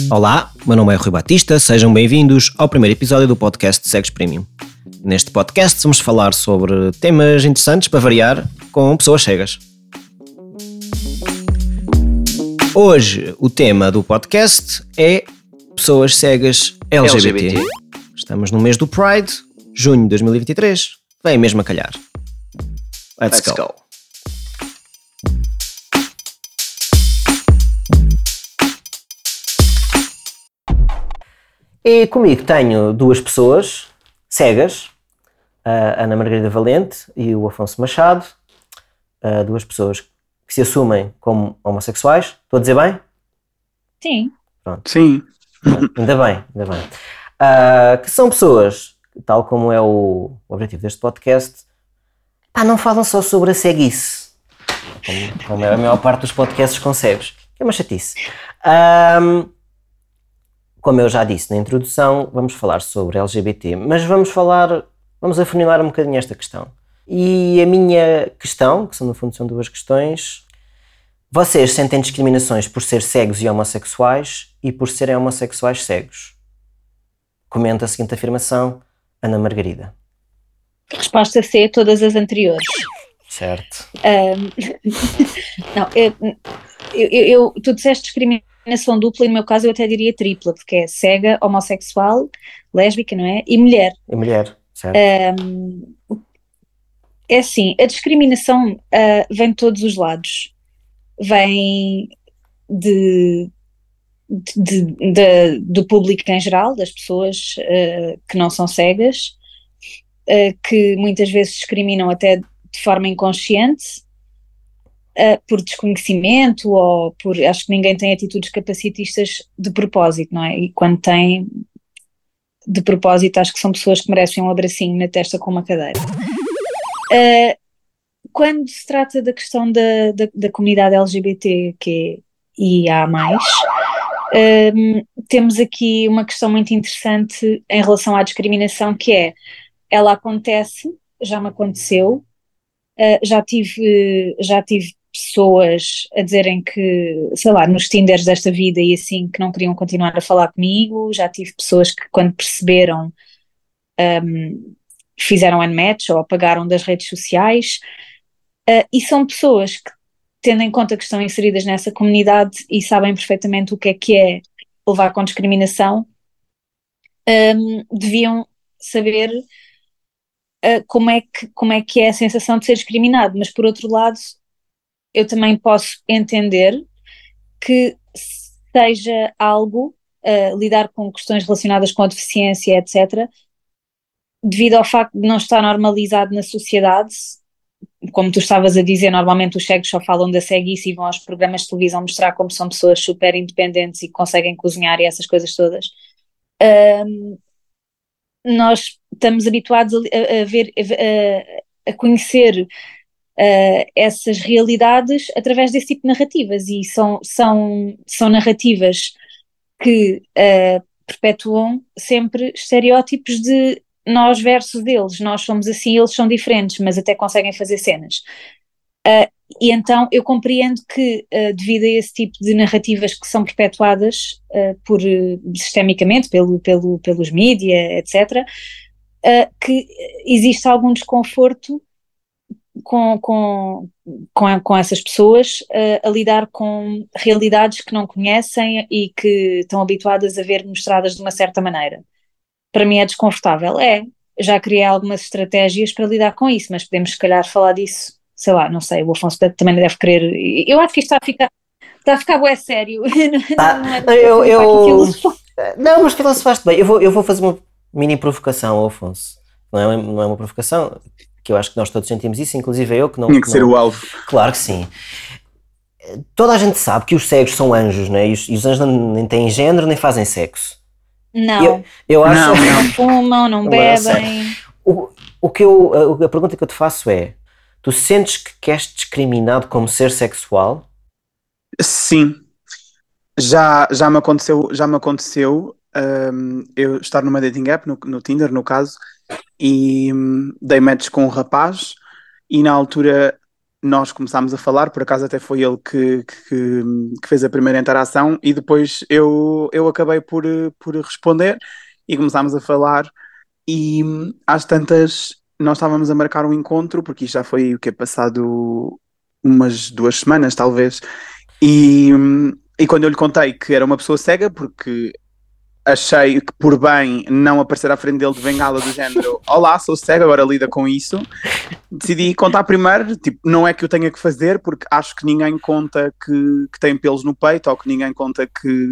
Olá, meu nome é Rui Batista, sejam bem-vindos ao primeiro episódio do podcast Cegos Premium. Neste podcast vamos falar sobre temas interessantes para variar com pessoas cegas. Hoje o tema do podcast é pessoas cegas LGBT. Estamos no mês do Pride, junho de 2023, vem mesmo a calhar. Let's go. E comigo tenho duas pessoas cegas, a Ana Margarida Valente e o Afonso Machado, duas pessoas que se assumem como homossexuais. Estou a dizer bem? Sim. Pronto. Sim. Ainda bem. Que são pessoas, tal como é o objetivo deste podcast, não falam só sobre a ceguice, como é a maior parte dos podcasts com cegos, que é uma chatice. Como eu já disse na introdução, vamos falar sobre LGBT, mas vamos afunilar um bocadinho esta questão. E a minha questão, que no fundo são duas questões: vocês sentem discriminações por ser cegos e homossexuais e por serem homossexuais cegos? Comenta a seguinte afirmação, Ana Margarida. Resposta C, todas as anteriores. Certo. Não, tu disseste discriminação dupla, e no meu caso eu até diria tripla, porque é cega, homossexual, lésbica, não é? E mulher. E mulher, certo. É assim, a discriminação vem de todos os lados. Vem do público em geral, das pessoas que não são cegas, que muitas vezes discriminam até de forma inconsciente, por desconhecimento ou por... Acho que ninguém tem atitudes capacitistas de propósito, não é? E quando tem de propósito, acho que são pessoas que merecem um abracinho na testa com uma cadeira. Quando se trata da questão da comunidade LGBTQIA+, temos aqui uma questão muito interessante em relação à discriminação, que é, ela acontece, já me aconteceu, já tive pessoas a dizerem que, sei lá, nos Tinders desta vida e assim, que não queriam continuar a falar comigo, já tive pessoas que quando perceberam fizeram unmatch ou apagaram das redes sociais, e são pessoas que, tendo em conta que estão inseridas nessa comunidade e sabem perfeitamente o que é levar com discriminação, deviam saber como é que é a sensação de ser discriminado, mas por outro lado eu também posso entender que seja algo, lidar com questões relacionadas com a deficiência, etc., devido ao facto de não estar normalizado na sociedade. Como tu estavas a dizer, normalmente os cegos só falam da ceguice e vão aos programas de televisão mostrar como são pessoas super independentes e que conseguem cozinhar e essas coisas todas. Nós estamos habituados a ver, a conhecer essas realidades através desse tipo de narrativas, e são narrativas que perpetuam sempre estereótipos de nós versus eles, nós somos assim, eles são diferentes, mas até conseguem fazer cenas. E então eu compreendo que, devido a esse tipo de narrativas que são perpetuadas sistemicamente pelos mídia, etc., que existe algum desconforto com essas pessoas a lidar com realidades que não conhecem e que estão habituadas a ver mostradas de uma certa maneira. Para mim é desconfortável. Já criei algumas estratégias para lidar com isso, mas podemos se calhar falar disso, sei lá, não sei, o Afonso também deve querer. Eu acho que isto está a ficar bué sério. Não, mas filosofaste bem. Eu vou fazer uma mini provocação ao Afonso. Não é uma provocação, que eu acho que nós todos sentimos isso, inclusive eu que não... Tinha que ser o alvo. Claro que sim. Toda a gente sabe que os cegos são anjos, né? E os anjos nem têm género nem fazem sexo. Não. Eu acho... Não fumam, não bebem. A pergunta que eu te faço é: tu sentes que és discriminado como ser sexual? Sim. Já me aconteceu eu estar numa dating app, no Tinder, no caso, e dei match com um rapaz, e na altura nós começámos a falar, por acaso até foi ele que fez a primeira interação e depois eu acabei por responder e começámos a falar e às tantas nós estávamos a marcar um encontro, porque isto já foi o que é passado umas 2 semanas talvez, e quando eu lhe contei que era uma pessoa cega, porque achei que por bem não aparecer à frente dele de bengala do género, olá, sou cego, agora lida com isso, decidi contar primeiro, tipo, não é que eu tenha que fazer, porque acho que ninguém conta que tem pelos no peito, ou que ninguém conta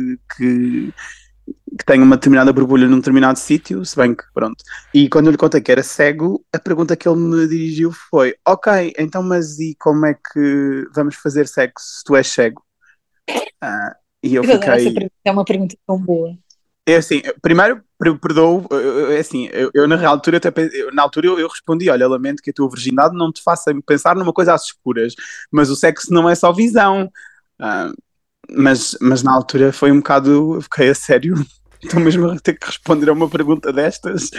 que tem uma determinada borbulha num determinado sítio, se bem que, pronto. E quando eu lhe contei que era cego, a pergunta que ele me dirigiu foi, ok, então mas e como é que vamos fazer sexo se tu és cego? Ah, e eu Eu adoro essa fiquei... pergunta, é uma pergunta tão boa. É assim, primeiro, perdoo, é assim, eu na altura, na altura eu respondi, olha, lamento que a tua virgindade não te faça pensar numa coisa às escuras, mas o sexo não é só visão. Ah, mas na altura foi um bocado, eu fiquei a sério, estou mesmo a ter que responder a uma pergunta destas.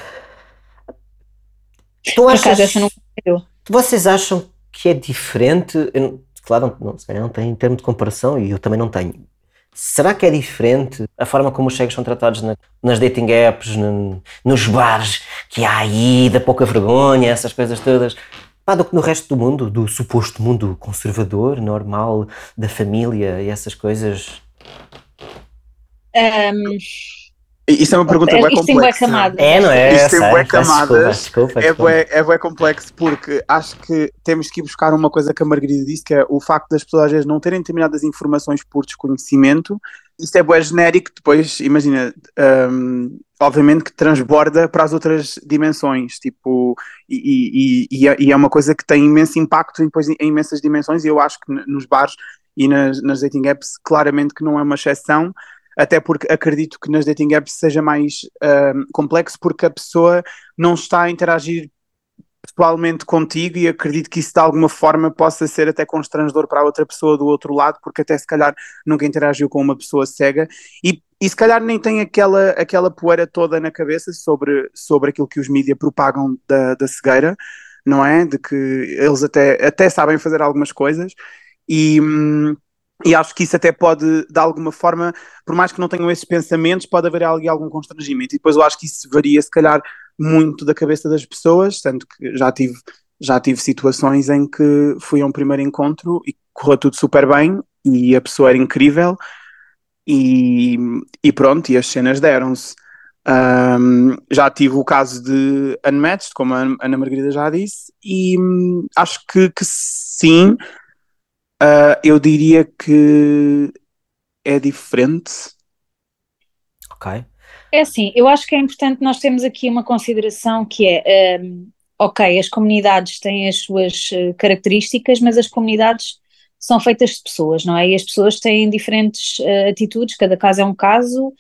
Tu Por acaso essa não achas, eu. vocês acham que é diferente? Claro, não, se calhar não tem termo de comparação e eu também não tenho. Será que é diferente a forma como os cegos são tratados nas dating apps, nos bares que há aí, da pouca vergonha, essas coisas todas, pá, do que no resto do mundo, do suposto mundo conservador, normal, da família e essas coisas? Um, Isso é uma pergunta bué Isto tem bué complexa. camadas, É, não esta é? Eu Isto tem bué sei, peço desculpa, camadas, desculpa, desculpa. é bué complexo porque acho que temos que ir buscar uma coisa que a Margarida disse, que é o facto das pessoas às vezes não terem determinadas informações por desconhecimento. Isto é bué genérico, depois, imagina, obviamente que transborda para as outras dimensões, tipo, e é uma coisa que tem imenso impacto depois em imensas dimensões, e eu acho que nos bares e nas dating apps claramente que não é uma exceção, até porque acredito que nas dating apps seja mais complexo, porque a pessoa não está a interagir pessoalmente contigo e acredito que isso de alguma forma possa ser até constrangedor para a outra pessoa do outro lado, porque até se calhar nunca interagiu com uma pessoa cega e se calhar nem tem aquela poeira toda na cabeça sobre aquilo que os mídias propagam da cegueira, não é? De que eles até sabem fazer algumas coisas e, e acho que isso até pode, de alguma forma, por mais que não tenham esses pensamentos, pode haver ali algum constrangimento. E depois eu acho que isso varia, se calhar, muito da cabeça das pessoas, tanto que já tive situações em que fui a um primeiro encontro e correu tudo super bem e a pessoa era incrível e, e pronto, e as cenas deram-se. Já tive o caso de Unmatched, como a Ana Margarida já disse, e acho que sim, eu diria que é diferente. Ok. É assim, eu acho que é importante nós termos aqui uma consideração que é, ok, as comunidades têm as suas características, mas as comunidades são feitas de pessoas, não é? E as pessoas têm diferentes atitudes, cada caso é um caso.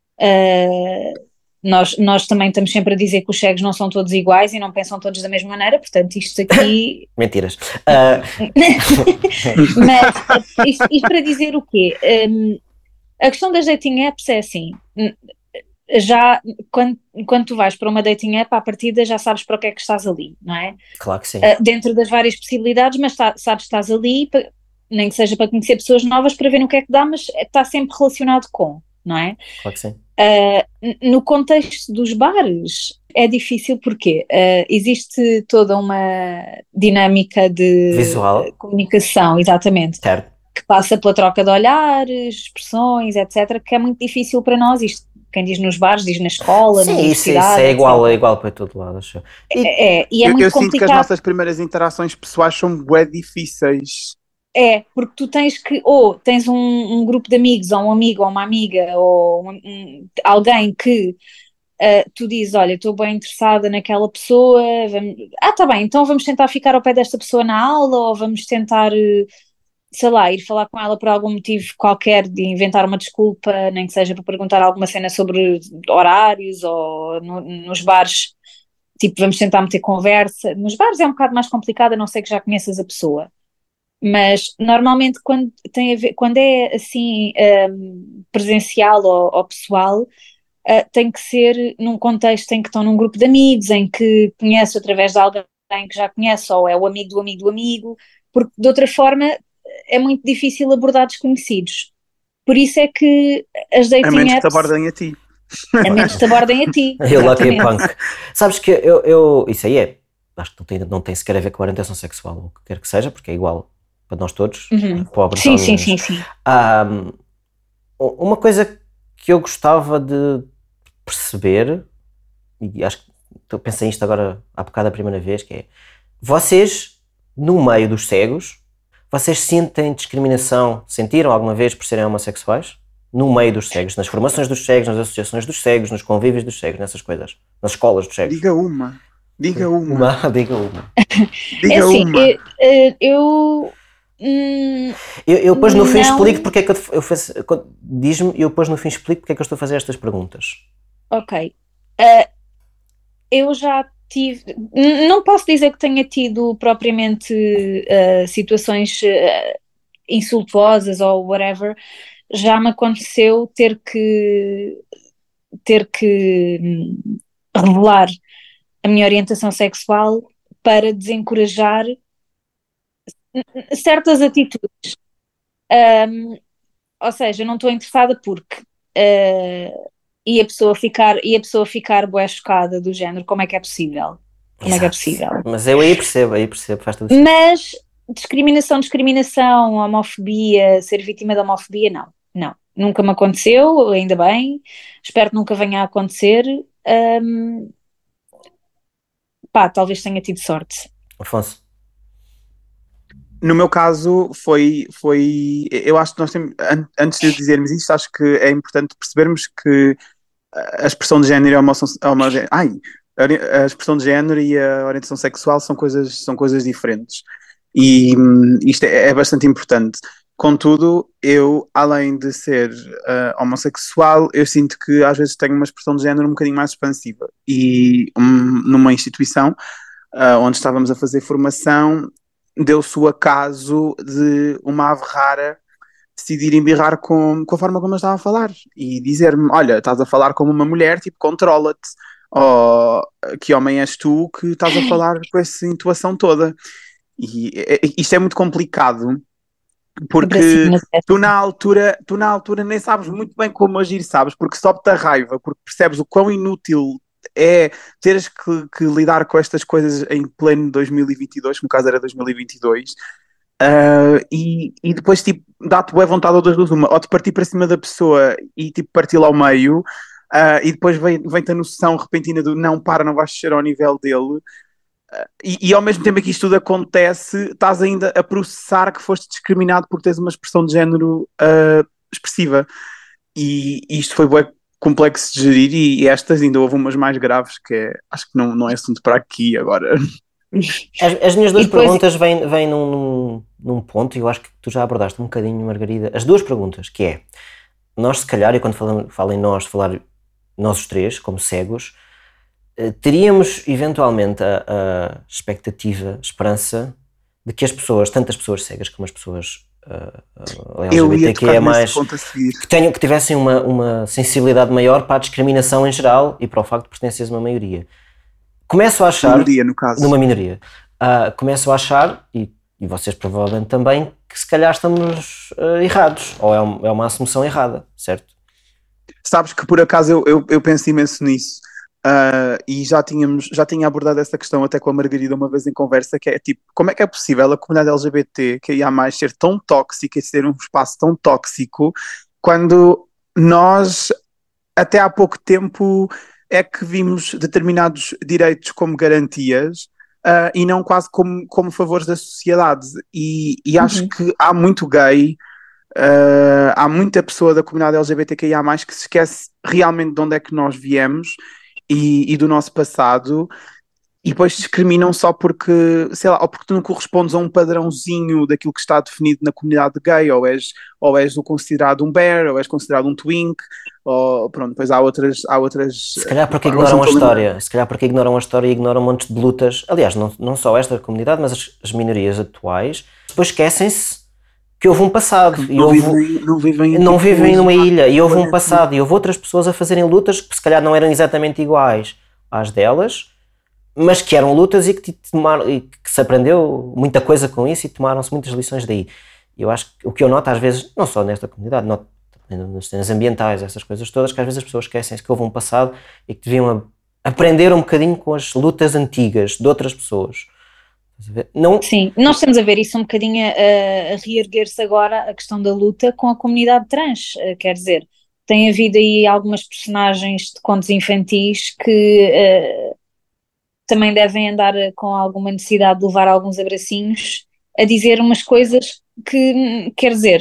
Nós também estamos sempre a dizer que os cegos não são todos iguais e não pensam todos da mesma maneira, portanto, isto aqui. Mentiras. Ah, Mas isto para dizer o quê? A questão das dating apps é assim, já quando tu vais para uma dating app, à partida já sabes para o que é que estás ali, não é? claro que sim. Dentro das várias possibilidades, mas sabes que estás ali, nem que seja para conhecer pessoas novas, para ver no que é que dá, mas está sempre relacionado com, não é? Claro que sim. No contexto dos bares é difícil porque existe toda uma dinâmica de Visual, comunicação, exatamente, certo. que passa pela troca de olhares, expressões, etc., que é muito difícil para nós. Isto, quem diz nos bares, diz na escola, na Sim, isso universidade, é igual, é etc. igual para todo lado, acho. E, E é Eu muito sinto que as complicado. nossas primeiras interações pessoais são bué difíceis. É, porque tu tens que, ou tens um grupo de amigos, ou um amigo, ou uma amiga, ou alguém que tu dizes, olha, estou bem interessada naquela pessoa, tá bem, então vamos tentar ficar ao pé desta pessoa na aula, ou vamos tentar, sei lá, ir falar com ela por algum motivo qualquer, de inventar uma desculpa, nem que seja para perguntar alguma cena sobre horários, ou nos bares, tipo, vamos tentar meter conversa. Nos bares é um bocado mais complicado, a não ser que já conheças a pessoa. Mas normalmente quando tem a ver, quando é assim presencial ou pessoal, tem que ser num contexto em que estão num grupo de amigos, em que conheces através de alguém que já conhece, ou é o amigo do amigo do amigo, porque de outra forma é muito difícil abordar desconhecidos. Por isso é que as A dating menos que te apps, abordem a ti. a menos que te abordem a ti, Eu Lucky exatamente. Punk. Sabes que eu isso aí acho que não tem sequer a ver com a orientação sexual, ou o que quer que seja, porque é igual para nós todos, Uhum. pobres Sim, ou sim, milhões. sim, sim. Uma coisa que eu gostava de perceber, e acho que pensei isto agora há bocado a primeira vez, que é, vocês, no meio dos cegos, vocês sentem discriminação, sentiram alguma vez por serem homossexuais? No meio dos cegos, nas formações dos cegos, nas associações dos cegos, nos convívios dos cegos, nessas coisas, nas escolas dos cegos. Diga uma. Diga uma. Diga uma. É Diga assim, uma. Eu depois no fim não. explico porque é que eu faço, diz-me e eu depois no fim explico porque é que eu estou a fazer estas perguntas. Ok. Eu já tive. Não posso dizer que tenha tido propriamente situações insultuosas ou whatever. Já me aconteceu ter que revelar a minha orientação sexual para desencorajar certas atitudes. Ou seja, não estou interessada porque e a pessoa ficar bué chocada do género, como é que é possível? Como é que é Exato. possível? Mas eu aí percebo, faz todo sentido. Mas discriminação, homofobia, ser vítima de homofobia, não, não. Nunca me aconteceu, ainda bem. Espero que nunca venha a acontecer. Pá, talvez tenha tido sorte. Afonso. No meu caso, eu acho que nós temos, antes de dizermos isto, acho que é importante percebermos que a expressão de género e a expressão de género e a orientação sexual são coisas diferentes. E isto é bastante importante. Contudo, eu, além de ser homossexual, eu sinto que às vezes tenho uma expressão de género um bocadinho mais expansiva. E numa instituição onde estávamos a fazer formação, deu-se o acaso de uma ave rara decidir embirrar com a forma como eu estava a falar e dizer-me: Olha, estás a falar como uma mulher, tipo, controla-te. Ou que homem és tu que estás a falar com essa intuação toda? E isto é muito complicado porque Abracinho na tu na altura nem sabes muito bem como agir, sabes? Porque sobe-te a raiva, porque percebes o quão inútil é teres que lidar com estas coisas em pleno 2022, que no caso era 2022, e depois tipo, dá-te boa vontade ou das duas uma, ou de partir para cima da pessoa e tipo partir lá ao meio, e depois vem-te a noção repentina do não, para, não vais chegar ao nível dele, e ao mesmo tempo que isto tudo acontece, estás ainda a processar que foste discriminado por teres uma expressão de género expressiva. E isto foi bem complexo de gerir, e estas ainda houve umas mais graves, que acho que não é assunto para aqui agora. As minhas duas depois, perguntas vêm num ponto, e eu acho que tu já abordaste um bocadinho, Margarida. As duas perguntas, que é, nós se calhar, e quando falo em nós, falar nós os três, como cegos, teríamos eventualmente a expectativa, a esperança de que as pessoas, tanto as pessoas cegas como as pessoas Eu ia tocar LGBTQIA+, nesse ponto a seguir. que tivessem uma sensibilidade maior para a discriminação em geral e para o facto de pertenceres a uma maioria. Começo a achar... Minoria, no caso. Numa minoria. Começo a achar, e vocês provavelmente também, que se calhar estamos errados, ou é uma assunção errada, certo? Sabes que por acaso eu penso imenso nisso. E já tinha abordado essa questão até com a Margarida uma vez em conversa, que é tipo, como é que é possível a comunidade LGBT que ia mais ser tão tóxica e ser um espaço tão tóxico quando nós até há pouco tempo é que vimos determinados direitos como garantias, e não quase como favores da sociedade, e acho que há muito gay, há muita pessoa da comunidade LGBTQIA+, que se esquece realmente de onde é que nós viemos e do nosso passado, e depois discriminam só porque, sei lá, ou porque tu não correspondes a um padrãozinho daquilo que está definido na comunidade gay, ou és o considerado um bear, ou és considerado um twink, ou pronto, depois há outras Se calhar porque agora ignoram a só me estou a lembrar. história, se calhar porque ignoram a história e ignoram um monte de lutas, aliás, não só esta comunidade, mas as minorias atuais, depois esquecem-se que houve um passado, e Não vivem não tipo, vivem numa isolados ilha, e houve um planeta. passado, e houve outras pessoas a fazerem lutas que se calhar não eram exatamente iguais às delas, mas que eram lutas e e que se aprendeu muita coisa com isso e tomaram-se muitas lições daí. Eu acho que o que eu noto às vezes, não só nesta comunidade, noto nas cenas ambientais, essas coisas todas, que às vezes as pessoas esquecem-se que houve um passado e que deviam aprender um bocadinho com as lutas antigas de outras pessoas. Não... Sim, nós estamos a ver isso um bocadinho a reerguer-se agora, a questão da luta com a comunidade trans, quer dizer, tem havido aí algumas personagens de contos infantis que também devem andar com alguma necessidade de levar alguns abracinhos a dizer umas coisas que, quer dizer,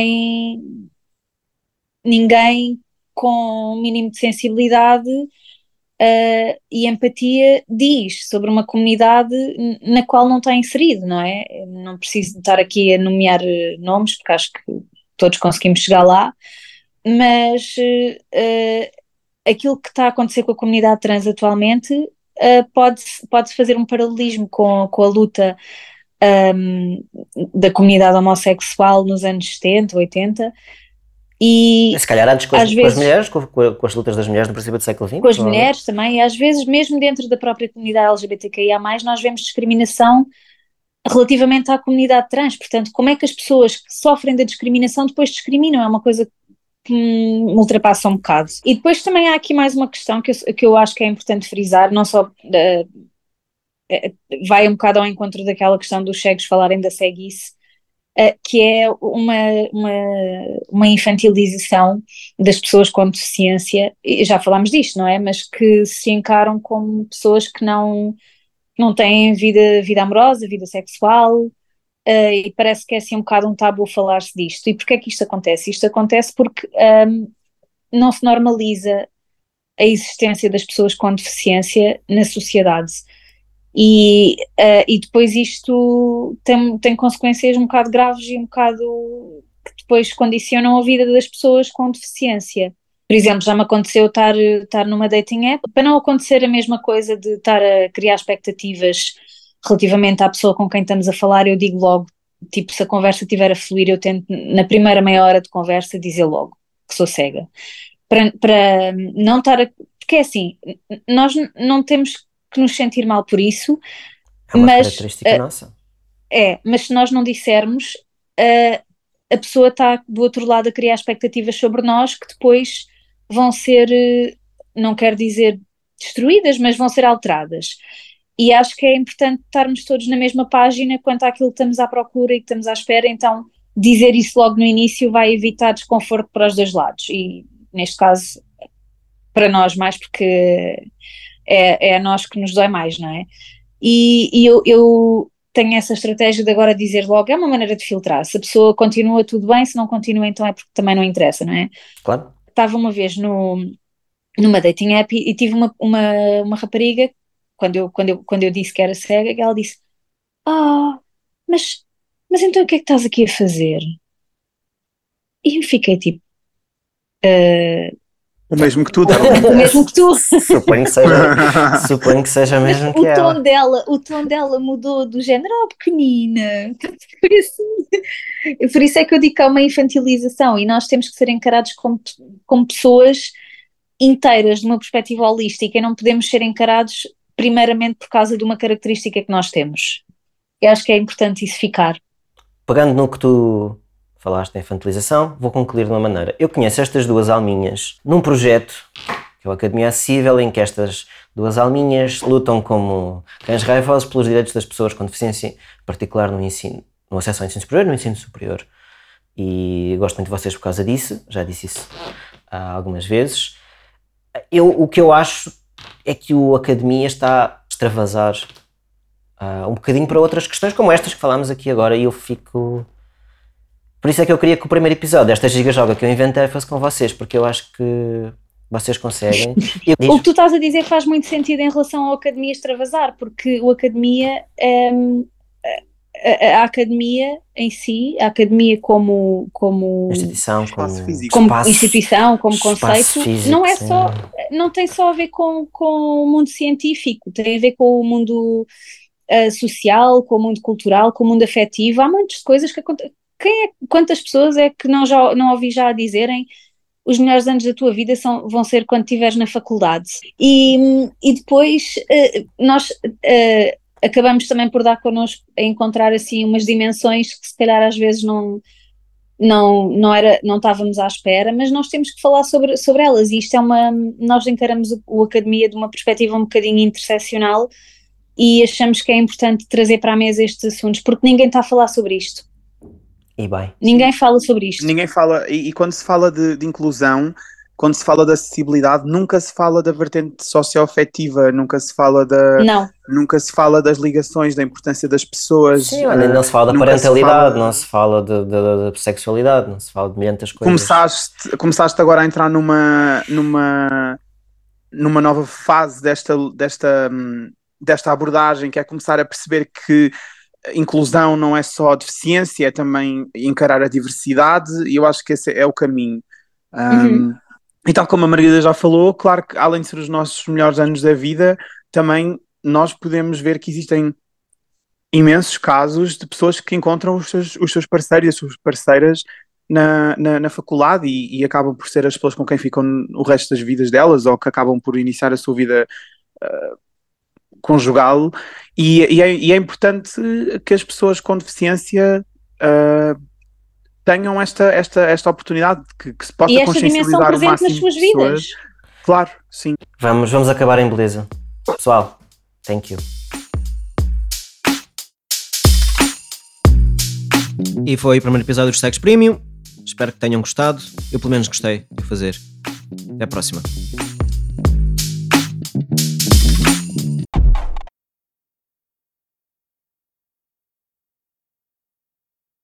ninguém com um mínimo de sensibilidade e empatia diz sobre uma comunidade na qual não está inserido, não é? Não preciso estar aqui a nomear nomes, porque acho que todos conseguimos chegar lá, mas aquilo que está a acontecer com a comunidade trans atualmente pode-se fazer um paralelismo com a luta da comunidade homossexual nos anos 70, 80, e se calhar antes com às as vezes mulheres, com as lutas das mulheres no princípio do século XX. com as mulheres também, e às vezes mesmo dentro da própria comunidade LGBTQIA+, nós vemos discriminação relativamente à comunidade trans. Portanto, como é que as pessoas que sofrem da discriminação depois discriminam? É uma coisa que me ultrapassa um bocado. E depois também há aqui mais uma questão que eu acho que é importante frisar, não só vai um bocado ao encontro daquela questão dos cegos falarem da ceguice, que é uma infantilização das pessoas com deficiência, e já falámos disto, não é? Mas que se encaram como pessoas que não têm vida amorosa, vida sexual, e parece que é assim um bocado um tabu falar-se disto. E porquê é que isto acontece? Isto acontece porque não se normaliza a existência das pessoas com deficiência na sociedade. E depois isto tem consequências um bocado graves e um bocado que depois condicionam a vida das pessoas com deficiência. Por exemplo, já me aconteceu estar numa dating app, para não acontecer a mesma coisa de estar a criar expectativas relativamente à pessoa com quem estamos a falar, eu digo logo, tipo, se a conversa estiver a fluir, eu tento na primeira meia hora de conversa dizer logo que sou cega. Para não estar porque é assim, nós não temos que nos sentir mal por isso, É uma mas característica nossa. mas se nós não dissermos, a pessoa está do outro lado a criar expectativas sobre nós que depois vão ser, não quero dizer destruídas, mas vão ser alteradas. E acho que é importante estarmos todos na mesma página quanto àquilo que estamos à procura e que estamos à espera, então dizer isso logo no início vai evitar desconforto para os dois lados, e neste caso para nós mais, porque é a nós que nos dói mais, não é? E eu tenho essa estratégia de agora dizer logo, é uma maneira de filtrar, se a pessoa continua tudo bem, se não continua então é porque também não interessa, não é? Claro. Estava uma vez numa dating app e tive uma rapariga, quando eu disse que era cega, ela disse, mas, mas então o que é que estás aqui a fazer? E eu fiquei tipo, O mesmo que tu, o mesmo que tu. Suponho que seja mesmo que O ela. o tom dela mudou do género, oh pequenina, foi assim. Por isso é que eu digo que há uma infantilização e nós temos que ser encarados como pessoas inteiras de uma perspectiva holística e não podemos ser encarados primeiramente por causa de uma característica que nós temos. Eu acho que é importante isso ficar. Pegando no que tu falaste da infantilização, vou concluir de uma maneira. Eu conheço estas duas alminhas num projeto, que é o Academia Acessível, em que estas duas alminhas lutam como cães raivosos pelos direitos das pessoas com deficiência, em particular no ensino, no acesso ao ensino superior, no ensino superior. E gosto muito de vocês por causa disso, já disse isso algumas vezes. O que eu acho é que o Academia está a extravasar um bocadinho para outras questões como estas que falámos aqui agora, e eu fico... Por isso é que eu queria que o primeiro episódio desta giga-joga que eu inventei fosse com vocês, porque eu acho que vocês conseguem. O que tu estás a dizer faz muito sentido em relação ao Academia extravasar, porque o Academia, a Academia em si, a Academia como instituição, espaço físico. como espaço, instituição, como conceito, físico, não é sim. só, não tem só a ver com o mundo científico, tem a ver com o mundo social, com o mundo cultural, com o mundo afetivo. Há muitas coisas que acontecem. Quantas pessoas é que não ouvi já dizerem os melhores anos da tua vida vão ser quando estiveres na faculdade. E depois nós acabamos também por dar connosco a encontrar assim umas dimensões que se calhar às vezes não estávamos à espera, mas nós temos que falar sobre elas, e isto nós encaramos o Academia de uma perspectiva um bocadinho interseccional e achamos que é importante trazer para a mesa estes assuntos, porque ninguém está a falar sobre isto. E bem. Ninguém fala sobre isto. Ninguém fala, e quando se fala de inclusão, quando se fala de acessibilidade, nunca se fala da vertente socioafetiva, nunca se fala das ligações, da importância das pessoas. Sim, não se fala da parentalidade, não se fala de sexualidade, não se fala de milhares de coisas. Começaste agora a entrar numa nova fase desta abordagem, que é começar a perceber que inclusão não é só deficiência, é também encarar a diversidade, e eu acho que esse é o caminho. E tal como a Margarida já falou, claro que além de ser os nossos melhores anos da vida, também nós podemos ver que existem imensos casos de pessoas que encontram os seus parceiros e as suas parceiras na faculdade e acabam por ser as pessoas com quem ficam o resto das vidas delas, ou que acabam por iniciar a sua vida conjugal, e é importante que as pessoas com deficiência tenham esta oportunidade, que se possa consciencializar o máximo nas suas de pessoas. Vidas. Claro, sim. Vamos acabar em beleza. Pessoal, thank you. E foi o primeiro episódio do Sexo Premium. Espero que tenham gostado. Eu pelo menos gostei de fazer. Até a próxima.